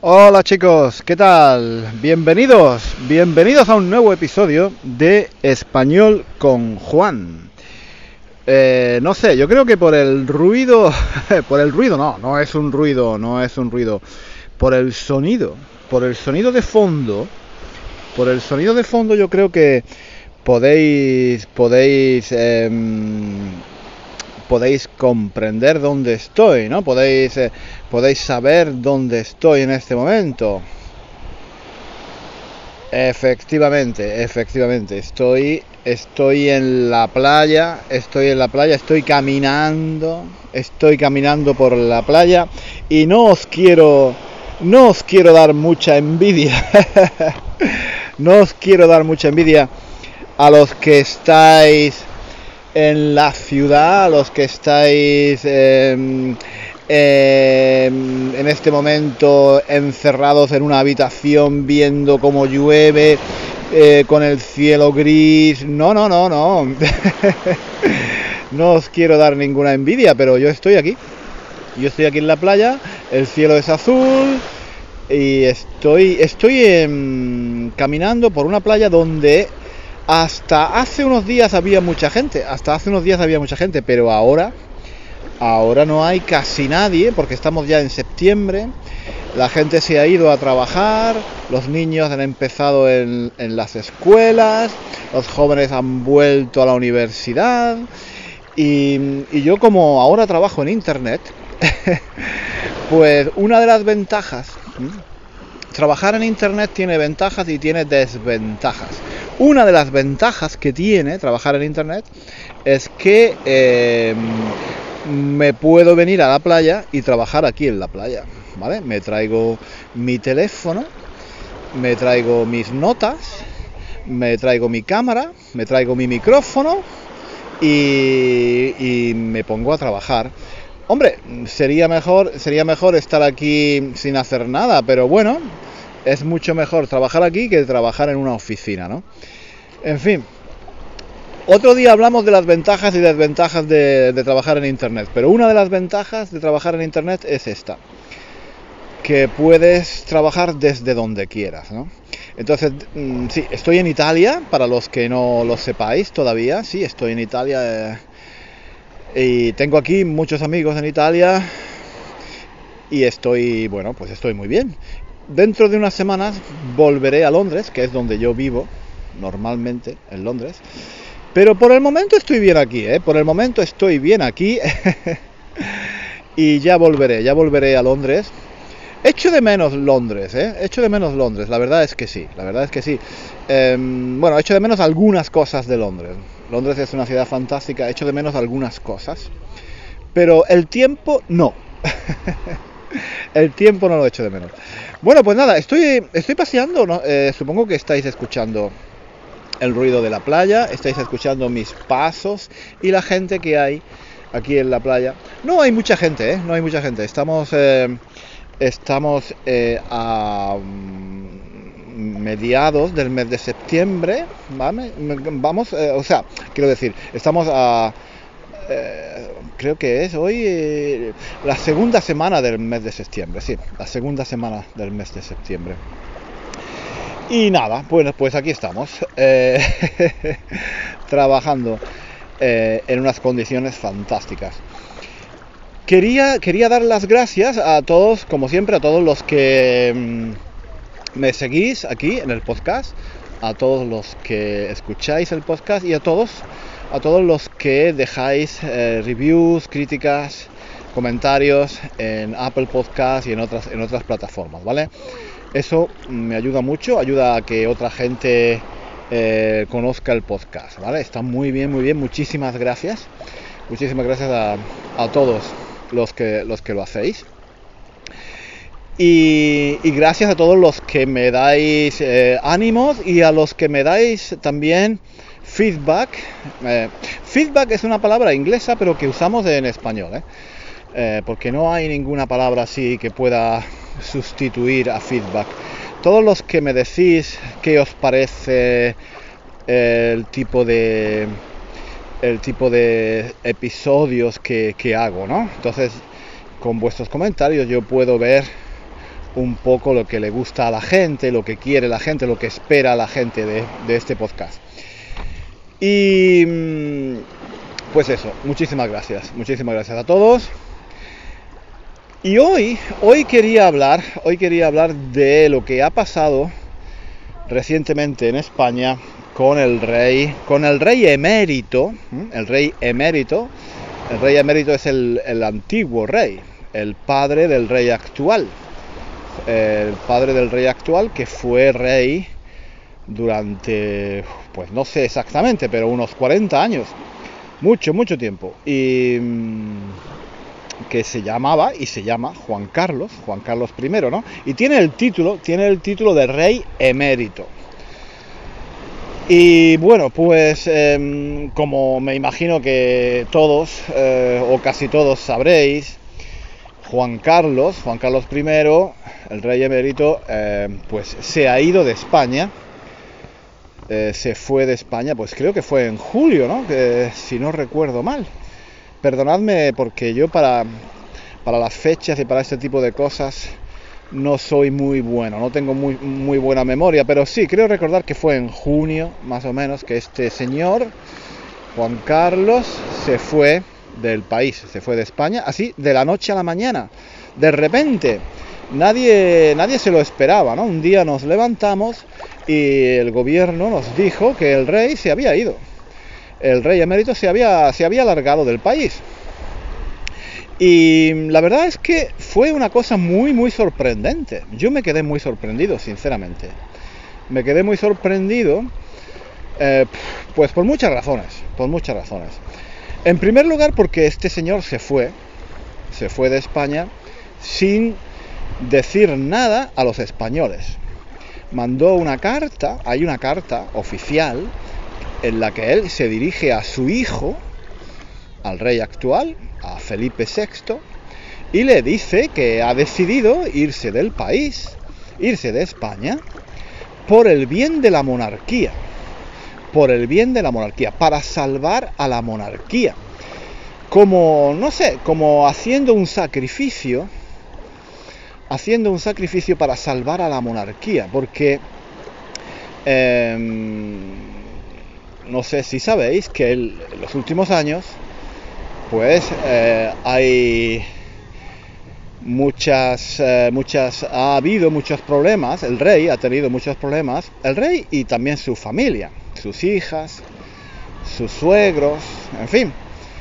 Hola chicos, ¿qué tal? Bienvenidos a un nuevo episodio de Español con Juan. No sé, yo creo que por el ruido, no es un ruido, por el sonido de fondo, yo creo que podéis comprender dónde estoy, ¿no? Podéis saber dónde estoy en este momento. Efectivamente, estoy en la playa, estoy caminando por la playa y no os quiero dar mucha envidia, no os quiero dar mucha envidia a los que estáis en la ciudad, a los que estáis en este momento encerrados en una habitación viendo cómo llueve, con el cielo gris. No. No os quiero dar ninguna envidia, pero yo estoy aquí en la playa, el cielo es azul y estoy caminando por una playa donde hasta hace unos días había mucha gente, pero ahora no hay casi nadie porque estamos ya en septiembre. La gente se ha ido a trabajar, los niños han empezado en las escuelas, los jóvenes han vuelto a la universidad y yo, como ahora trabajo en internet, pues una de las ventajas, trabajar en internet tiene ventajas y tiene desventajas. Una de las ventajas que tiene trabajar en internet es que me puedo venir a la playa y trabajar aquí en la playa, ¿vale? Me traigo mi teléfono, me traigo mis notas, me traigo mi cámara, me traigo mi micrófono y me pongo a trabajar. Hombre, sería mejor estar aquí sin hacer nada, pero bueno, es mucho mejor trabajar aquí que trabajar en una oficina, ¿no? En fin, otro día hablamos de las ventajas y desventajas de trabajar en internet, pero una de las ventajas de trabajar en internet es esta, que puedes trabajar desde donde quieras, ¿no? Entonces, sí, estoy en Italia, para los que no lo sepáis todavía, sí, estoy en Italia, y tengo aquí muchos amigos en Italia y estoy muy bien. Dentro de unas semanas volveré a Londres, que es donde yo vivo normalmente, en Londres. Pero por el momento estoy bien aquí, y ya volveré a Londres. Echo de menos Londres, la verdad es que sí. Echo de menos algunas cosas de Londres. Londres es una ciudad fantástica, echo de menos algunas cosas. Pero el tiempo no. El tiempo no lo echo de menos. Bueno, pues nada, estoy paseando, ¿no? Supongo que estáis escuchando el ruido de la playa, estáis escuchando mis pasos y la gente que hay aquí en la playa. No hay mucha gente, no hay mucha gente. Estamos a mediados del mes de septiembre, ¿vale? Quiero decir, estamos a... creo que es hoy la segunda semana del mes de septiembre, sí, la segunda semana del mes de septiembre. Y nada, pues aquí estamos, trabajando en unas condiciones fantásticas. Quería dar las gracias a todos, como siempre, a todos los que me seguís aquí en el podcast, a todos los que escucháis el podcast y a todos los que dejáis reviews, críticas, comentarios en Apple Podcast y en otras plataformas, ¿vale? Eso me ayuda mucho, ayuda a que otra gente conozca el podcast, ¿vale? Está muy bien, muchísimas gracias a todos los que lo hacéis. Y gracias a todos los que me dais ánimos y a los que me dais también feedback. Feedback es una palabra inglesa, pero que usamos en español, porque no hay ninguna palabra así que pueda sustituir a feedback. Todos los que me decís qué os parece el tipo de episodios que hago, ¿no? Entonces, con vuestros comentarios yo puedo ver un poco lo que le gusta a la gente, lo que quiere la gente, lo que espera la gente de este podcast. Y pues eso, muchísimas gracias a todos. Y hoy quería hablar de lo que ha pasado recientemente en España con el rey emérito. El rey emérito es el antiguo rey, el padre del rey actual. El padre del rey actual, que fue rey durante, pues no sé exactamente, pero unos 40 años, mucho tiempo, y que se llamaba y se llama Juan Carlos I, ¿no? Y tiene el título de rey emérito. Y bueno, pues como me imagino que todos o casi todos sabréis, Juan Carlos I, el rey emérito, pues se ha ido de España. Se fue de España, pues creo que fue en julio, ¿no? Que, si no recuerdo mal. Perdonadme porque yo para las fechas y para este tipo de cosas no soy muy bueno, no tengo muy buena memoria, pero sí, creo recordar que fue en junio, más o menos, que este señor, Juan Carlos, se fue del país, se fue de España, así de la noche a la mañana, de repente. Nadie se lo esperaba, ¿no? Un día nos levantamos y el gobierno nos dijo que el rey se había ido. El rey emérito se había largado del país. Y la verdad es que fue una cosa muy sorprendente. Yo me quedé muy sorprendido, sinceramente. Me quedé muy sorprendido, pues por muchas razones. En primer lugar, porque este señor se fue de España sin decir nada a los españoles. Mandó una carta, hay una carta oficial en la que él se dirige a su hijo, al rey actual, a Felipe VI, y le dice que ha decidido irse del país, irse de España, por el bien de la monarquía, para salvar a la monarquía, como, no sé, como haciendo un sacrificio para salvar a la monarquía, porque no sé si sabéis que en los últimos años pues hay ha habido muchos problemas, el rey ha tenido muchos problemas, el rey y también su familia, sus hijas, sus suegros, en fin,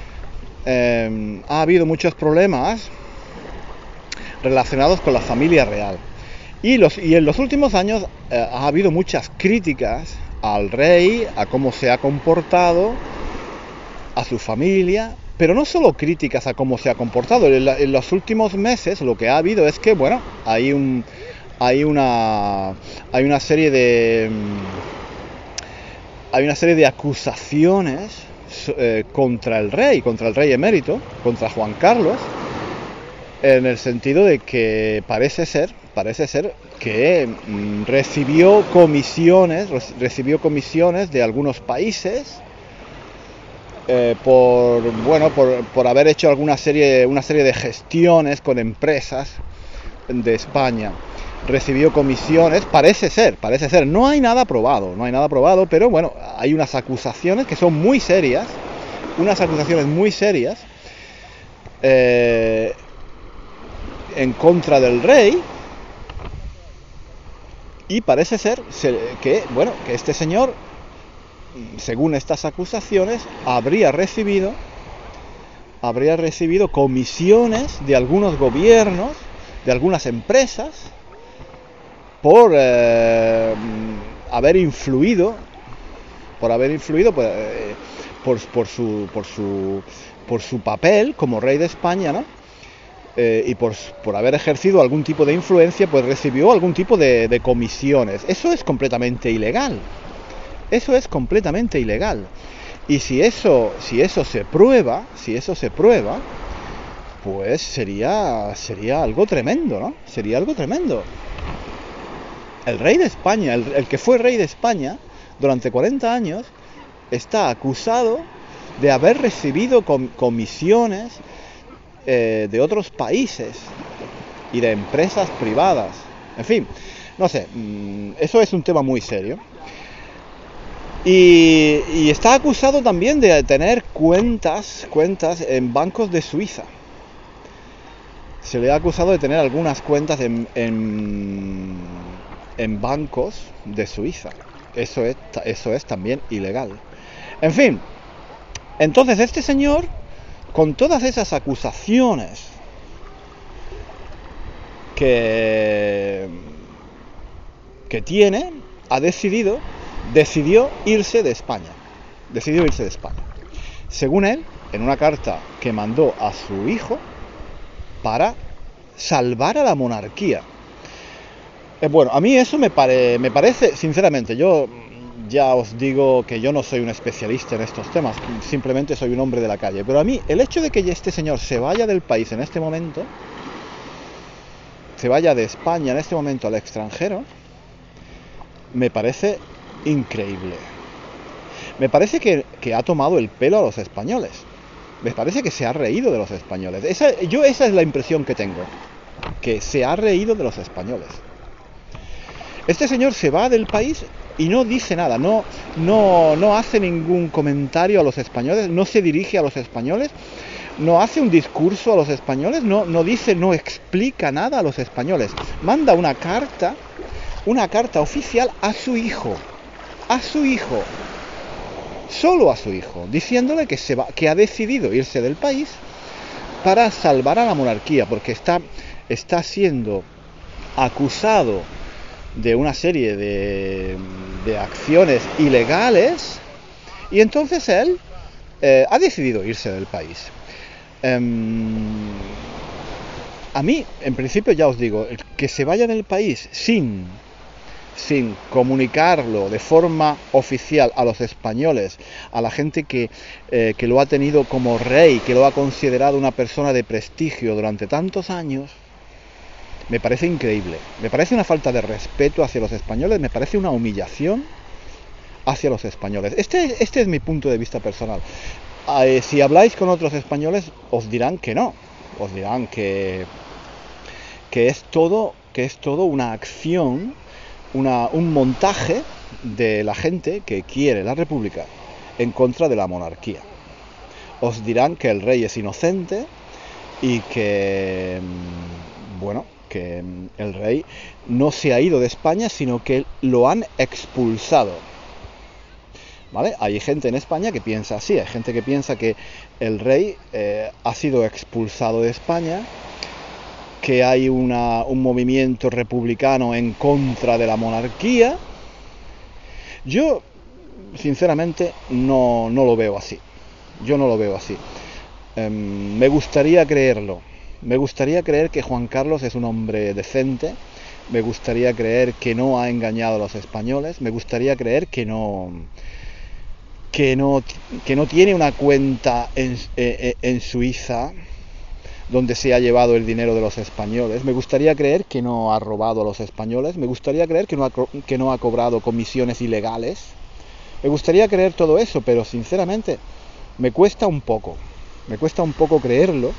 ha habido muchos problemas relacionados con la familia real. Y en los últimos años ha habido muchas críticas al rey, a cómo se ha comportado, a su familia, pero no solo críticas a cómo se ha comportado. En los últimos meses lo que ha habido es que, bueno, hay una serie de acusaciones contra el rey emérito, contra Juan Carlos, en el sentido de que parece ser que recibió comisiones de algunos países por haber hecho una serie de gestiones con empresas de España. Recibió comisiones, parece ser, no hay nada probado, pero bueno, hay unas acusaciones que son muy serias, en contra del rey, y parece ser que este señor, según estas acusaciones, habría recibido comisiones de algunos gobiernos, de algunas empresas, por haber influido por su papel como rey de España, ¿no? Y por haber ejercido algún tipo de influencia, pues recibió algún tipo de comisiones. Eso es completamente ilegal. Y si eso se prueba, pues sería algo tremendo, ¿no? El rey de España, el que fue rey de España durante 40 años, está acusado de haber recibido comisiones de otros países y de empresas privadas. En fin, no sé, eso es un tema muy serio. Y está acusado también de tener cuentas en bancos de Suiza. Se le ha acusado de tener algunas cuentas en bancos de Suiza. Eso es también ilegal. En fin, entonces este señor, con todas esas acusaciones que tiene, decidió irse de España. Según él, en una carta que mandó a su hijo para salvar a la monarquía. Bueno, a mí eso me parece, sinceramente, yo ya os digo que yo no soy un especialista en estos temas, simplemente soy un hombre de la calle, pero a mí el hecho de que este señor se vaya del país en este momento, se vaya de España en este momento al extranjero, me parece increíble. Me parece que ha tomado el pelo a los españoles. Me parece que se ha reído de los españoles. Esa es la impresión que tengo. Que se ha reído de los españoles. Este señor se va del país y no dice nada. No hace ningún comentario a los españoles. No se dirige a los españoles. No hace un discurso a los españoles. No explica nada a los españoles. Manda una carta oficial a su hijo. Solo a su hijo, diciéndole que ha decidido irse del país para salvar a la monarquía, porque está siendo acusado de una serie de acciones ilegales, y entonces él ha decidido irse del país. A mí, en principio, ya os digo, que se vaya del país sin comunicarlo de forma oficial a los españoles, a la gente que lo ha tenido como rey, que lo ha considerado una persona de prestigio durante tantos años, me parece increíble. Me parece una falta de respeto hacia los españoles, me parece una humillación hacia los españoles. Este es mi punto de vista personal. Si habláis con otros españoles, os dirán que no. Os dirán que es todo una acción, un montaje de la gente que quiere la república en contra de la monarquía. Os dirán que el rey es inocente y que el rey no se ha ido de España, sino que lo han expulsado. ¿Vale? Hay gente en España que piensa así, hay gente que piensa que el rey ha sido expulsado de España, que hay un movimiento republicano en contra de la monarquía. Yo, sinceramente, no lo veo así. Yo no lo veo así. Me gustaría creerlo. Me gustaría creer que Juan Carlos es un hombre decente. Me gustaría creer que no ha engañado a los españoles. Me gustaría creer que no tiene una cuenta en Suiza donde se ha llevado el dinero de los españoles. Me gustaría creer que no ha robado a los españoles. Me gustaría creer que no ha cobrado comisiones ilegales. Me gustaría creer todo eso, pero sinceramente me cuesta un poco creerlo.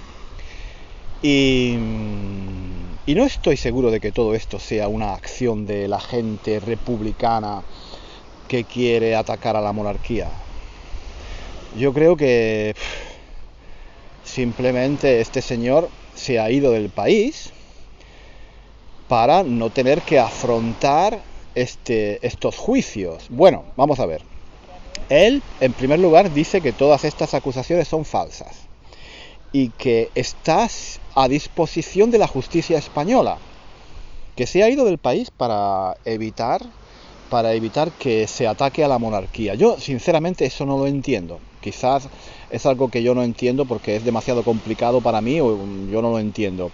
Y no estoy seguro de que todo esto sea una acción de la gente republicana que quiere atacar a la monarquía. Yo creo que simplemente este señor se ha ido del país para no tener que afrontar estos juicios. Bueno, vamos a ver. Él, en primer lugar, dice que todas estas acusaciones son falsas y que está a disposición de la justicia española, que se ha ido del país para evitar que se ataque a la monarquía. Yo, sinceramente, eso no lo entiendo. Quizás es algo que yo no entiendo porque es demasiado complicado para mí, o yo no lo entiendo.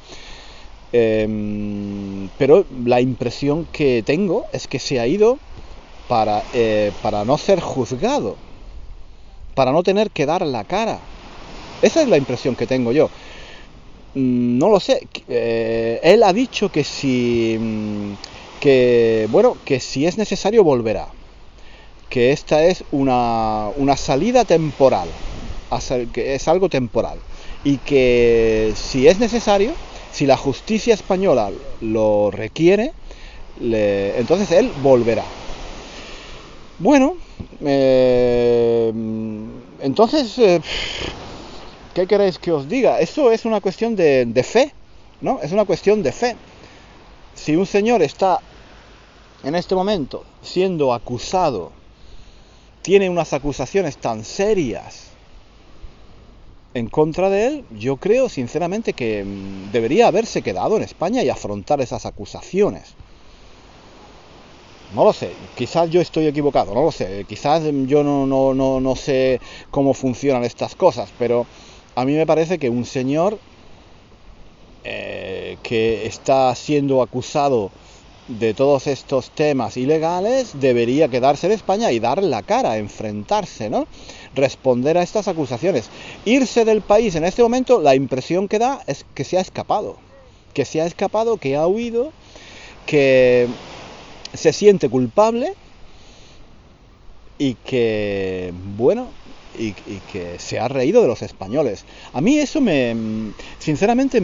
Pero la impresión que tengo es que se ha ido para no ser juzgado, para no tener que dar la cara. Esa es la impresión que tengo yo. No lo sé. Él ha dicho que si es necesario volverá, que esta es una salida temporal, que es algo temporal, y que si es necesario Si la justicia española lo requiere, entonces él volverá. Bueno, entonces, ¿qué queréis que os diga? Eso es una cuestión de fe, ¿no? Es una cuestión de fe. Si un señor está en este momento siendo acusado, tiene unas acusaciones tan serias en contra de él, yo creo sinceramente que debería haberse quedado en España y afrontar esas acusaciones. No lo sé, quizás yo estoy equivocado, no lo sé, quizás yo no sé cómo funcionan estas cosas, pero a mí me parece que un señor que está siendo acusado de todos estos temas ilegales debería quedarse en España y dar la cara, enfrentarse, ¿no? Responder a estas acusaciones. Irse del país en este momento, la impresión que da es que se ha escapado, que ha huido, que se siente culpable y que, bueno, y que se ha reído de los españoles. A mí eso sinceramente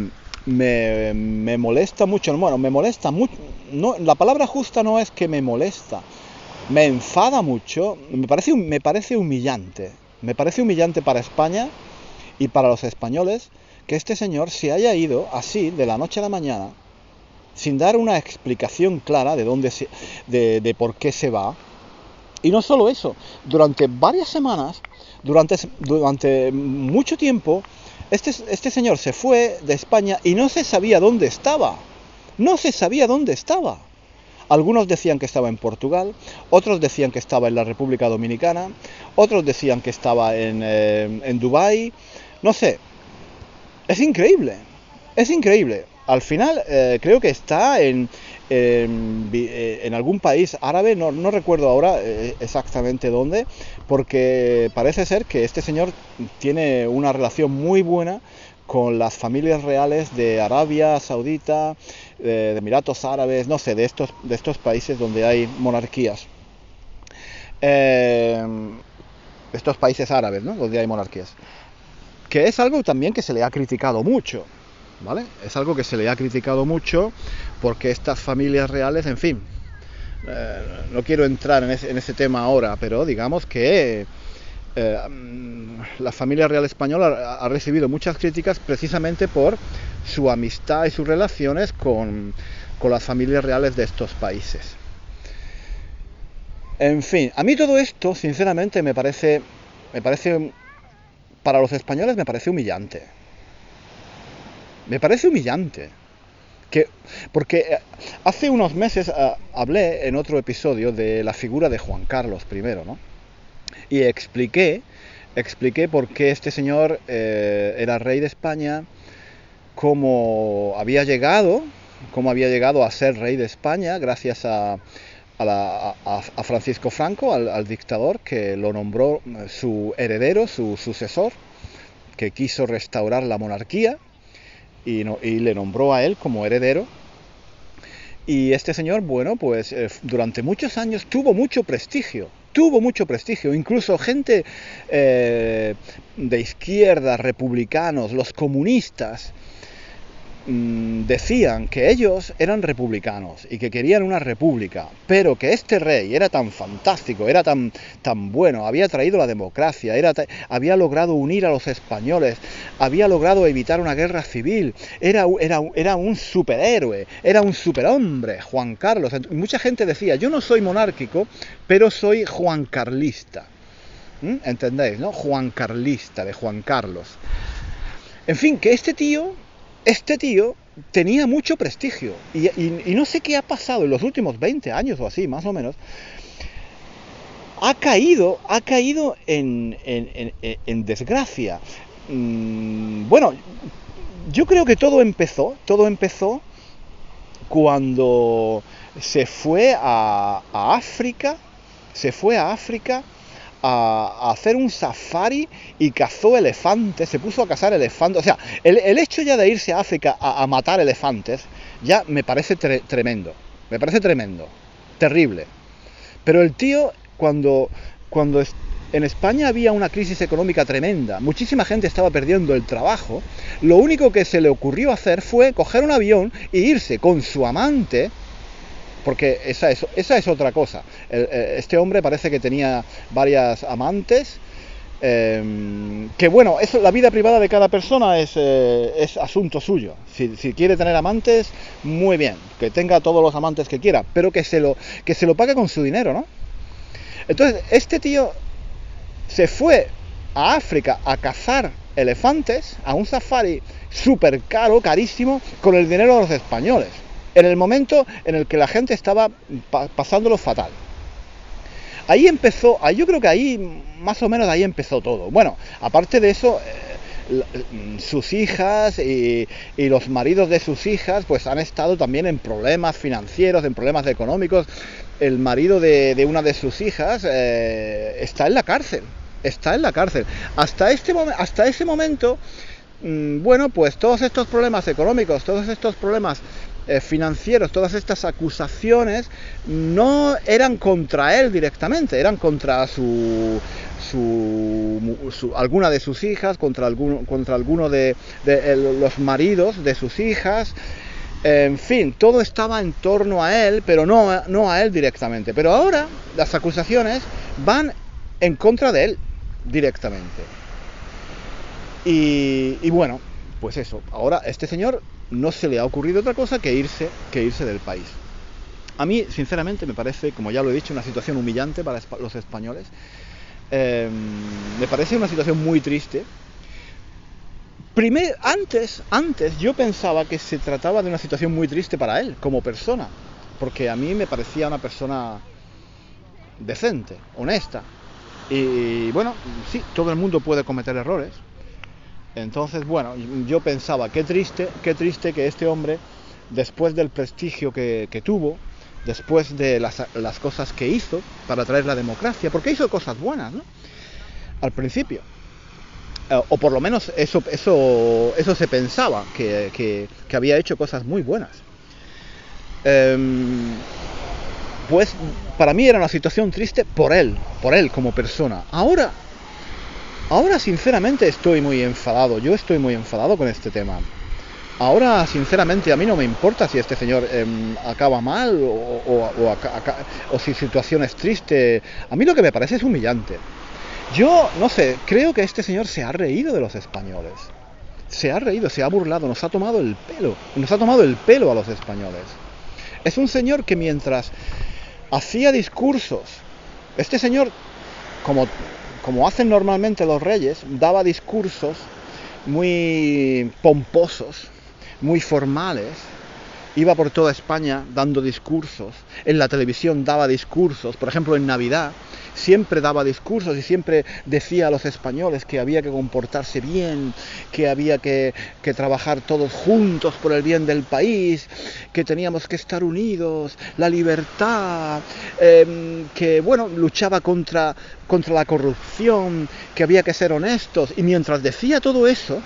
me molesta mucho. Bueno, me molesta mucho. No, la palabra justa no es que me molesta. Me enfada mucho. Me parece humillante. Me parece humillante para España y para los españoles que este señor se haya ido así de la noche a la mañana, sin dar una explicación clara de por qué se va. Y no solo eso, durante varias semanas, durante mucho tiempo, este señor se fue de España y no se sabía dónde estaba. No se sabía dónde estaba. Algunos decían que estaba en Portugal, otros decían que estaba en la República Dominicana, otros decían que estaba en Dubái. No sé, es increíble, es increíble. Al final creo que está en algún país árabe, no recuerdo ahora exactamente dónde, porque parece ser que este señor tiene una relación muy buena con las familias reales de Arabia Saudita, de Emiratos Árabes, no sé, de estos países donde hay monarquías. Estos países árabes, ¿no? Donde hay monarquías. Que es algo también que se le ha criticado mucho, ¿vale? Es algo que se le ha criticado mucho porque estas familias reales, en fin, no quiero entrar en ese tema ahora, pero digamos que la familia real española ha recibido muchas críticas precisamente por su amistad y sus relaciones con las familias reales de estos países. En fin, a mí todo esto, sinceramente, me parece para los españoles me parece humillante. Me parece humillante. Porque hace unos meses hablé en otro episodio de la figura de Juan Carlos I, ¿no? Y expliqué por qué este señor era rey de España, cómo había llegado a ser rey de España gracias a Francisco Franco, al dictador, que lo nombró su heredero, su sucesor, que quiso restaurar la monarquía y le nombró a él como heredero. Y este señor, bueno, pues durante muchos años tuvo mucho prestigio, incluso gente de izquierda, republicanos, los comunistas, decían que ellos eran republicanos y que querían una república, pero que este rey era tan fantástico, era tan bueno, había traído la democracia, había logrado unir a los españoles, había logrado evitar una guerra civil, era un superhéroe, era un superhombre, Juan Carlos. Y mucha gente decía, yo no soy monárquico, pero soy juancarlista. ¿Entendéis, no? Juancarlista, de Juan Carlos. En fin, que este tío tenía mucho prestigio y no sé qué ha pasado en los últimos 20 años o así, más o menos. Ha caído en desgracia. Bueno, yo creo que todo empezó cuando se fue a África, a hacer un safari y cazó elefantes, se puso a cazar elefantes. O sea, el hecho ya de irse a África a matar elefantes ya me parece tremendo, terrible. Pero el tío, cuando En España había una crisis económica tremenda, muchísima gente estaba perdiendo el trabajo. Lo único que se le ocurrió hacer fue coger un avión e irse con su amante, porque esa es otra cosa. Este hombre parece que tenía varias amantes, que bueno, eso, la vida privada de cada persona es asunto suyo. Si quiere tener amantes, muy bien, que tenga todos los amantes que quiera, pero que se lo pague con su dinero, ¿no? Entonces, este tío se fue a África a cazar elefantes, a un safari súper caro, carísimo, con el dinero de los españoles, en el momento en el que la gente estaba pasándolo fatal. Ahí empezó, yo creo que ahí, más o menos ahí empezó todo. Bueno, aparte de eso, sus hijas y los maridos de sus hijas pues han estado también en problemas financieros, en problemas económicos. El marido de una de sus hijas está en la cárcel. Hasta ese momento, bueno, pues todos estos problemas económicos, todos estos problemas financieros, todas estas acusaciones no eran contra él directamente, eran contra alguna de sus hijas, contra alguno de los maridos de sus hijas. En fin, todo estaba en torno a él, pero no a él directamente. Pero ahora las acusaciones van en contra de él directamente. Y bueno, pues eso. Ahora este señor no se le ha ocurrido otra cosa que irse del país. A mí, sinceramente, me parece, como ya lo he dicho, una situación humillante para los españoles. Me parece una situación muy triste. Antes yo pensaba que se trataba de una situación muy triste para él, como persona, porque a mí me parecía una persona decente, honesta, y bueno, sí, todo el mundo puede cometer errores. Entonces, bueno, yo pensaba, qué triste que este hombre, después del prestigio que tuvo, después de las cosas que hizo para traer la democracia, porque hizo cosas buenas, ¿no? Al principio. O por lo menos eso se pensaba, que había hecho cosas muy buenas. Pues para mí era una situación triste por él como persona. Ahora sinceramente estoy muy enfadado. Yo estoy muy enfadado con este tema. Ahora sinceramente a mí no me importa si este señor acaba mal o si su situación es triste. A mí lo que me parece es humillante. Yo, no sé, creo que este señor se ha reído de los españoles. Se ha reído, se ha burlado, nos ha tomado el pelo a los españoles. Es un señor que mientras hacía discursos, este señor, como hacen normalmente los reyes, daba discursos muy pomposos, muy formales. Iba por toda España dando discursos, en la televisión daba discursos, por ejemplo en Navidad, siempre daba discursos y siempre decía a los españoles que había que comportarse bien, que había que trabajar todos juntos por el bien del país, que teníamos que estar unidos, la libertad, que bueno, luchaba contra la corrupción, que había que ser honestos. Y mientras decía todo eso,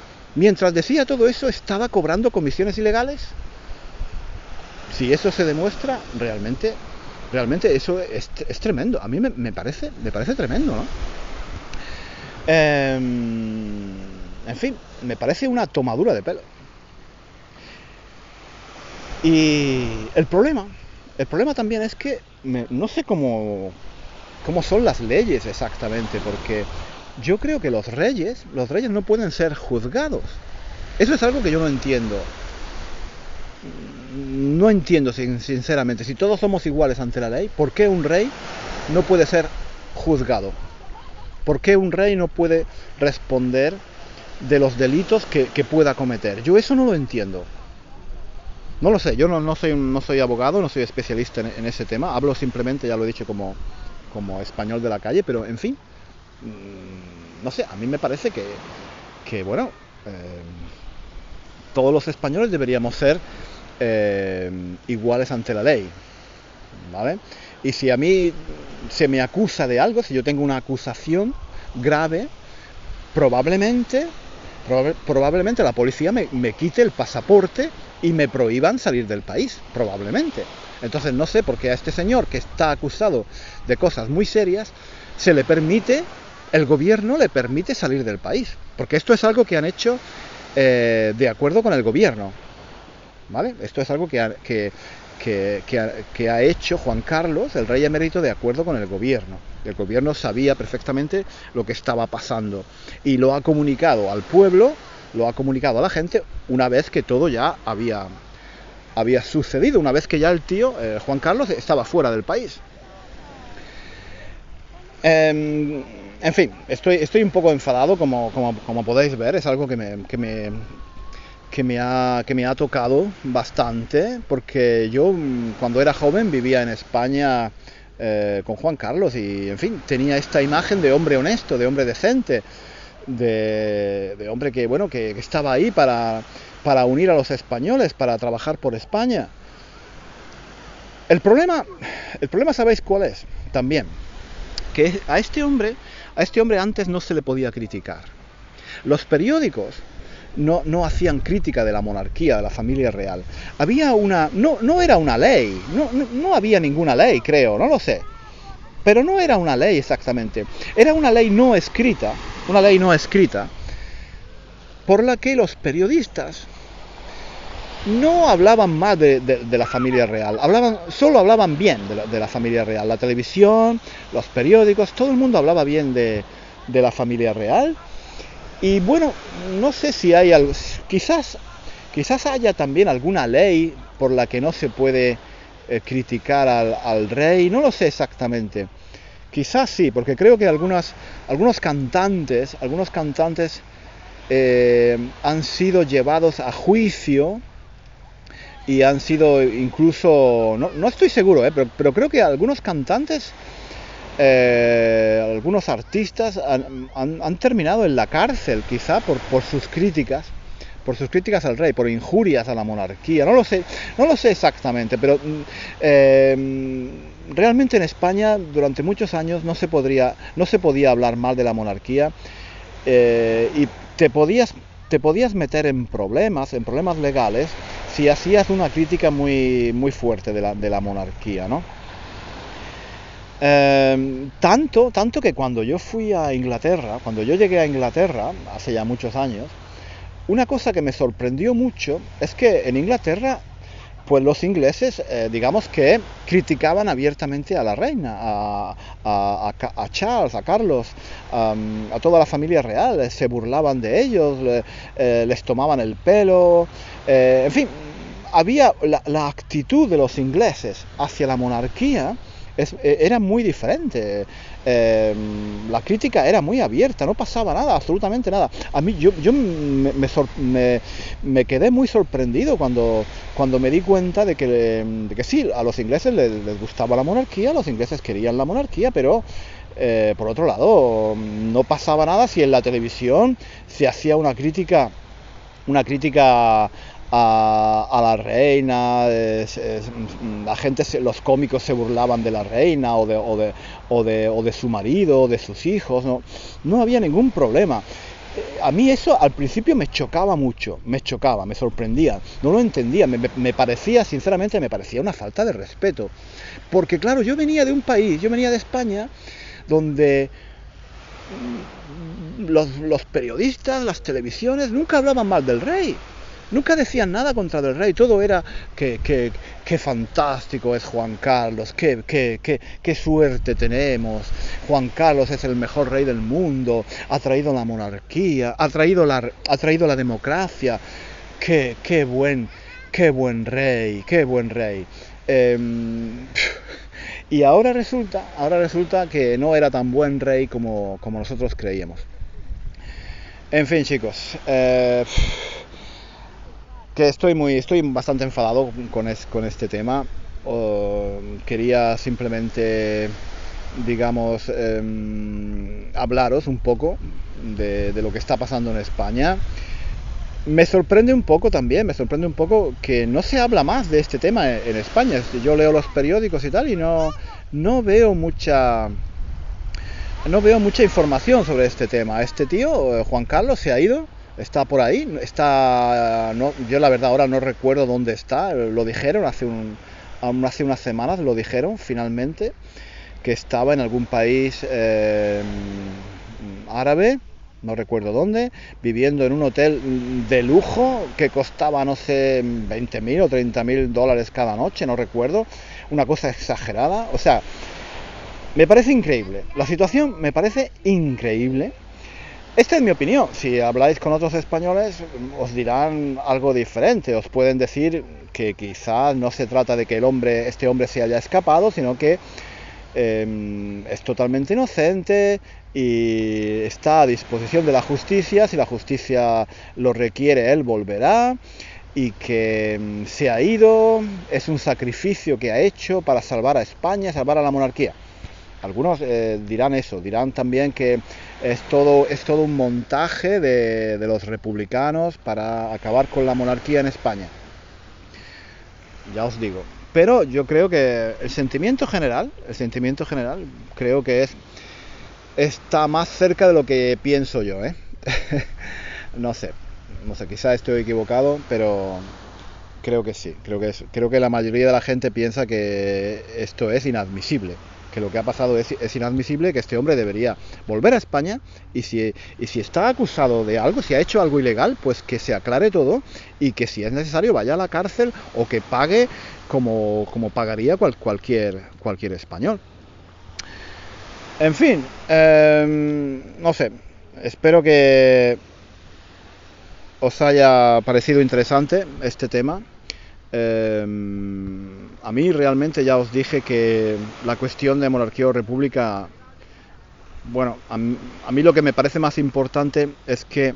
estaba cobrando comisiones ilegales. Si eso se demuestra, realmente eso es tremendo. A mí me parece tremendo, ¿no? En fin, me parece una tomadura de pelo. Y el problema también es que no sé cómo son las leyes exactamente, porque yo creo que los reyes no pueden ser juzgados. Eso es algo que yo no entiendo. No entiendo sinceramente, si todos somos iguales ante la ley, ¿por qué un rey no puede ser juzgado? ¿Por qué un rey no puede responder de los delitos que pueda cometer? Yo eso no lo entiendo. No lo sé, yo no soy abogado, no soy especialista en ese tema, hablo simplemente, ya lo he dicho, como español de la calle, pero en fin, no sé, a mí me parece que bueno, todos los españoles deberíamos ser iguales ante la ley, ¿vale? Y si a mí se me acusa de algo, si yo tengo una acusación grave, probablemente la policía me quite el pasaporte y me prohíban salir del país, probablemente. Entonces no sé por qué a este señor, que está acusado de cosas muy serias, se le permite, el gobierno le permite salir del país. Porque esto es algo que han hecho de acuerdo con el gobierno, ¿vale? Esto es algo que ha hecho Juan Carlos, el rey emérito, de acuerdo con el gobierno. El gobierno sabía perfectamente lo que estaba pasando y lo ha comunicado al pueblo, lo ha comunicado a la gente una vez que todo ya había sucedido, una vez que ya el tío, Juan Carlos, estaba fuera del país. En fin, estoy un poco enfadado, como podéis ver. Es algo que me ha tocado bastante, porque yo cuando era joven vivía en España con Juan Carlos y, en fin, tenía esta imagen de hombre honesto, de hombre decente, de hombre que estaba ahí para unir a los españoles, para trabajar por España. El problema, ¿sabéis cuál es? También, que a este hombre antes no se le podía criticar. Los periódicos no hacían crítica de la monarquía, de la familia real. Había no era una ley, no había ninguna ley, creo, no lo sé. Pero no era una ley exactamente. Era una ley no escrita, por la que los periodistas no hablaban más de la familia real, solo hablaban bien de la familia real. La televisión, los periódicos, todo el mundo hablaba bien de la familia real. Y bueno, no sé si hay algo, quizás haya también alguna ley por la que no se puede criticar al rey, no lo sé exactamente. Quizás sí, porque creo que algunos cantantes han sido llevados a juicio y han sido incluso, no estoy seguro, pero creo que algunos cantantes, algunos artistas han terminado en la cárcel, quizá por sus críticas al rey, por injurias a la monarquía. No lo sé exactamente, pero realmente en España durante muchos años no se podía hablar mal de la monarquía, y te podías meter en problemas legales si hacías una crítica muy fuerte de la monarquía, ¿no? Tanto que cuando yo llegué a Inglaterra hace ya muchos años, una cosa que me sorprendió mucho es que en Inglaterra, pues los ingleses, digamos que criticaban abiertamente a la reina, a Charles, a Carlos, a toda la familia real. Se burlaban de ellos, les tomaban el pelo, en fin, había la actitud de los ingleses hacia la monarquía era muy diferente. La crítica era muy abierta, no pasaba nada, absolutamente nada. A mí yo me quedé muy sorprendido cuando me di cuenta de que sí, a los ingleses les gustaba la monarquía, los ingleses querían la monarquía, pero por otro lado no pasaba nada si en la televisión se hacía una crítica a la reina. La gente, los cómicos se burlaban de la reina o de su marido, o de sus hijos. No había ningún problema. A mí eso al principio me chocaba mucho, me sorprendía, no lo entendía, me parecía, sinceramente, una falta de respeto. Porque claro, yo venía de España, donde los periodistas, las televisiones, nunca hablaban mal del rey. Nunca decían nada contra el rey, todo era que fantástico es Juan Carlos, qué suerte tenemos, Juan Carlos es el mejor rey del mundo, ha traído la monarquía, ha traído la democracia, qué buen rey. Y ahora resulta que no era tan buen rey como nosotros creíamos. En fin, chicos, que estoy bastante enfadado con este tema. Quería simplemente, digamos, hablaros un poco de lo que está pasando en España. Me sorprende un poco que no se habla más de este tema en España. Yo leo los periódicos y tal y no veo mucha información sobre este tema. Este tío, Juan Carlos, se ha ido. Está por ahí, yo la verdad ahora no recuerdo dónde está, lo dijeron hace hace unas semanas lo dijeron finalmente, que estaba en algún país árabe, no recuerdo dónde, viviendo en un hotel de lujo que costaba, no sé, 20.000 o 30.000 dólares cada noche, no recuerdo, una cosa exagerada. O sea, me parece increíble, la situación me parece increíble. Esta es mi opinión. Si habláis con otros españoles os dirán algo diferente, os pueden decir que quizás no se trata de que este hombre se haya escapado, sino que es totalmente inocente y está a disposición de la justicia. Si la justicia lo requiere, él volverá, y que se ha ido, es un sacrificio que ha hecho para salvar a España, salvar a la monarquía. Algunos dirán eso, dirán también que es todo un montaje de los republicanos para acabar con la monarquía en España. Ya os digo. Pero yo creo que el sentimiento general creo que está más cerca de lo que pienso yo, ¿eh? No sé, quizá estoy equivocado, pero creo que sí, creo que la mayoría de la gente piensa que esto es inadmisible, que lo que ha pasado es inadmisible, que este hombre debería volver a España y si está acusado de algo, si ha hecho algo ilegal, pues que se aclare todo y que si es necesario vaya a la cárcel o que pague como pagaría cualquier español. En fin, no sé, espero que os haya parecido interesante este tema. A mí realmente ya os dije que la cuestión de monarquía o república, bueno, a mí lo que me parece más importante es que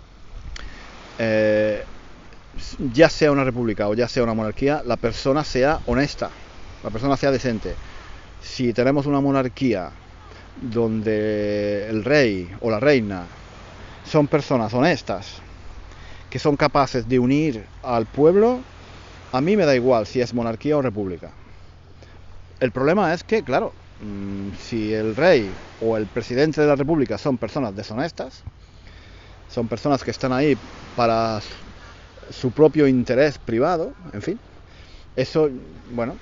ya sea una república o ya sea una monarquía, la persona sea honesta, la persona sea decente. Si tenemos una monarquía donde el rey o la reina son personas honestas, que son capaces de unir al pueblo, a mí me da igual si es monarquía o república. El problema es que, claro, si el rey o el presidente de la república son personas deshonestas, son personas que están ahí para su propio interés privado, en fin, eso, bueno,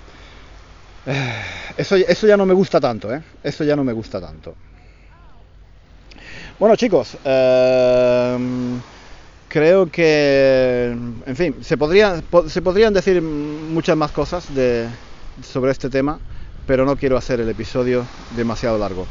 eso ya no me gusta tanto, ¿eh? Eso ya no me gusta tanto. Bueno, chicos, creo que, en fin, se podrían decir muchas más cosas sobre este tema, pero no quiero hacer el episodio demasiado largo.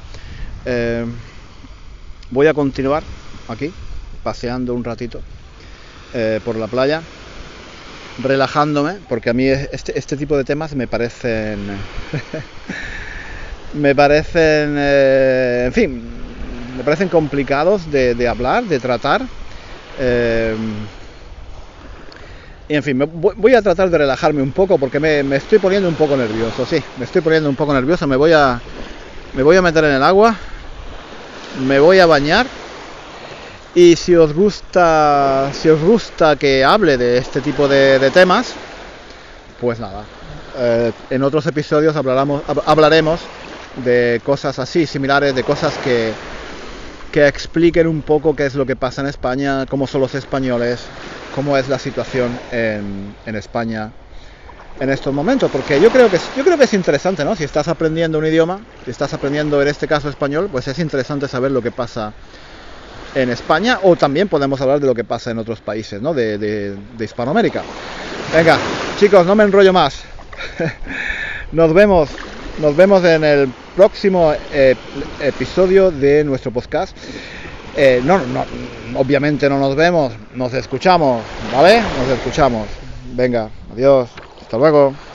Voy a continuar aquí, paseando un ratito por la playa, relajándome, porque a mí este tipo de temas me parecen en fin, me parecen complicados de hablar, de tratar. Y en fin, voy a tratar de relajarme un poco porque me estoy poniendo un poco nervioso. Sí, me estoy poniendo un poco nervioso. Me voy a meter en el agua, me voy a bañar. Y si os gusta que hable de este tipo de temas, pues nada, en otros episodios hablaremos de cosas así, similares, de cosas que expliquen un poco qué es lo que pasa en España, cómo son los españoles, cómo es la situación en España en estos momentos, porque yo creo que es interesante, ¿no? Si estás aprendiendo un idioma, si estás aprendiendo en este caso español, pues es interesante saber lo que pasa en España, o también podemos hablar de lo que pasa en otros países, ¿no? de Hispanoamérica. Venga, chicos, no me enrollo más. Nos vemos en el próximo episodio de nuestro podcast. Obviamente no nos vemos, nos escuchamos, ¿vale? Nos escuchamos. Venga, adiós, hasta luego.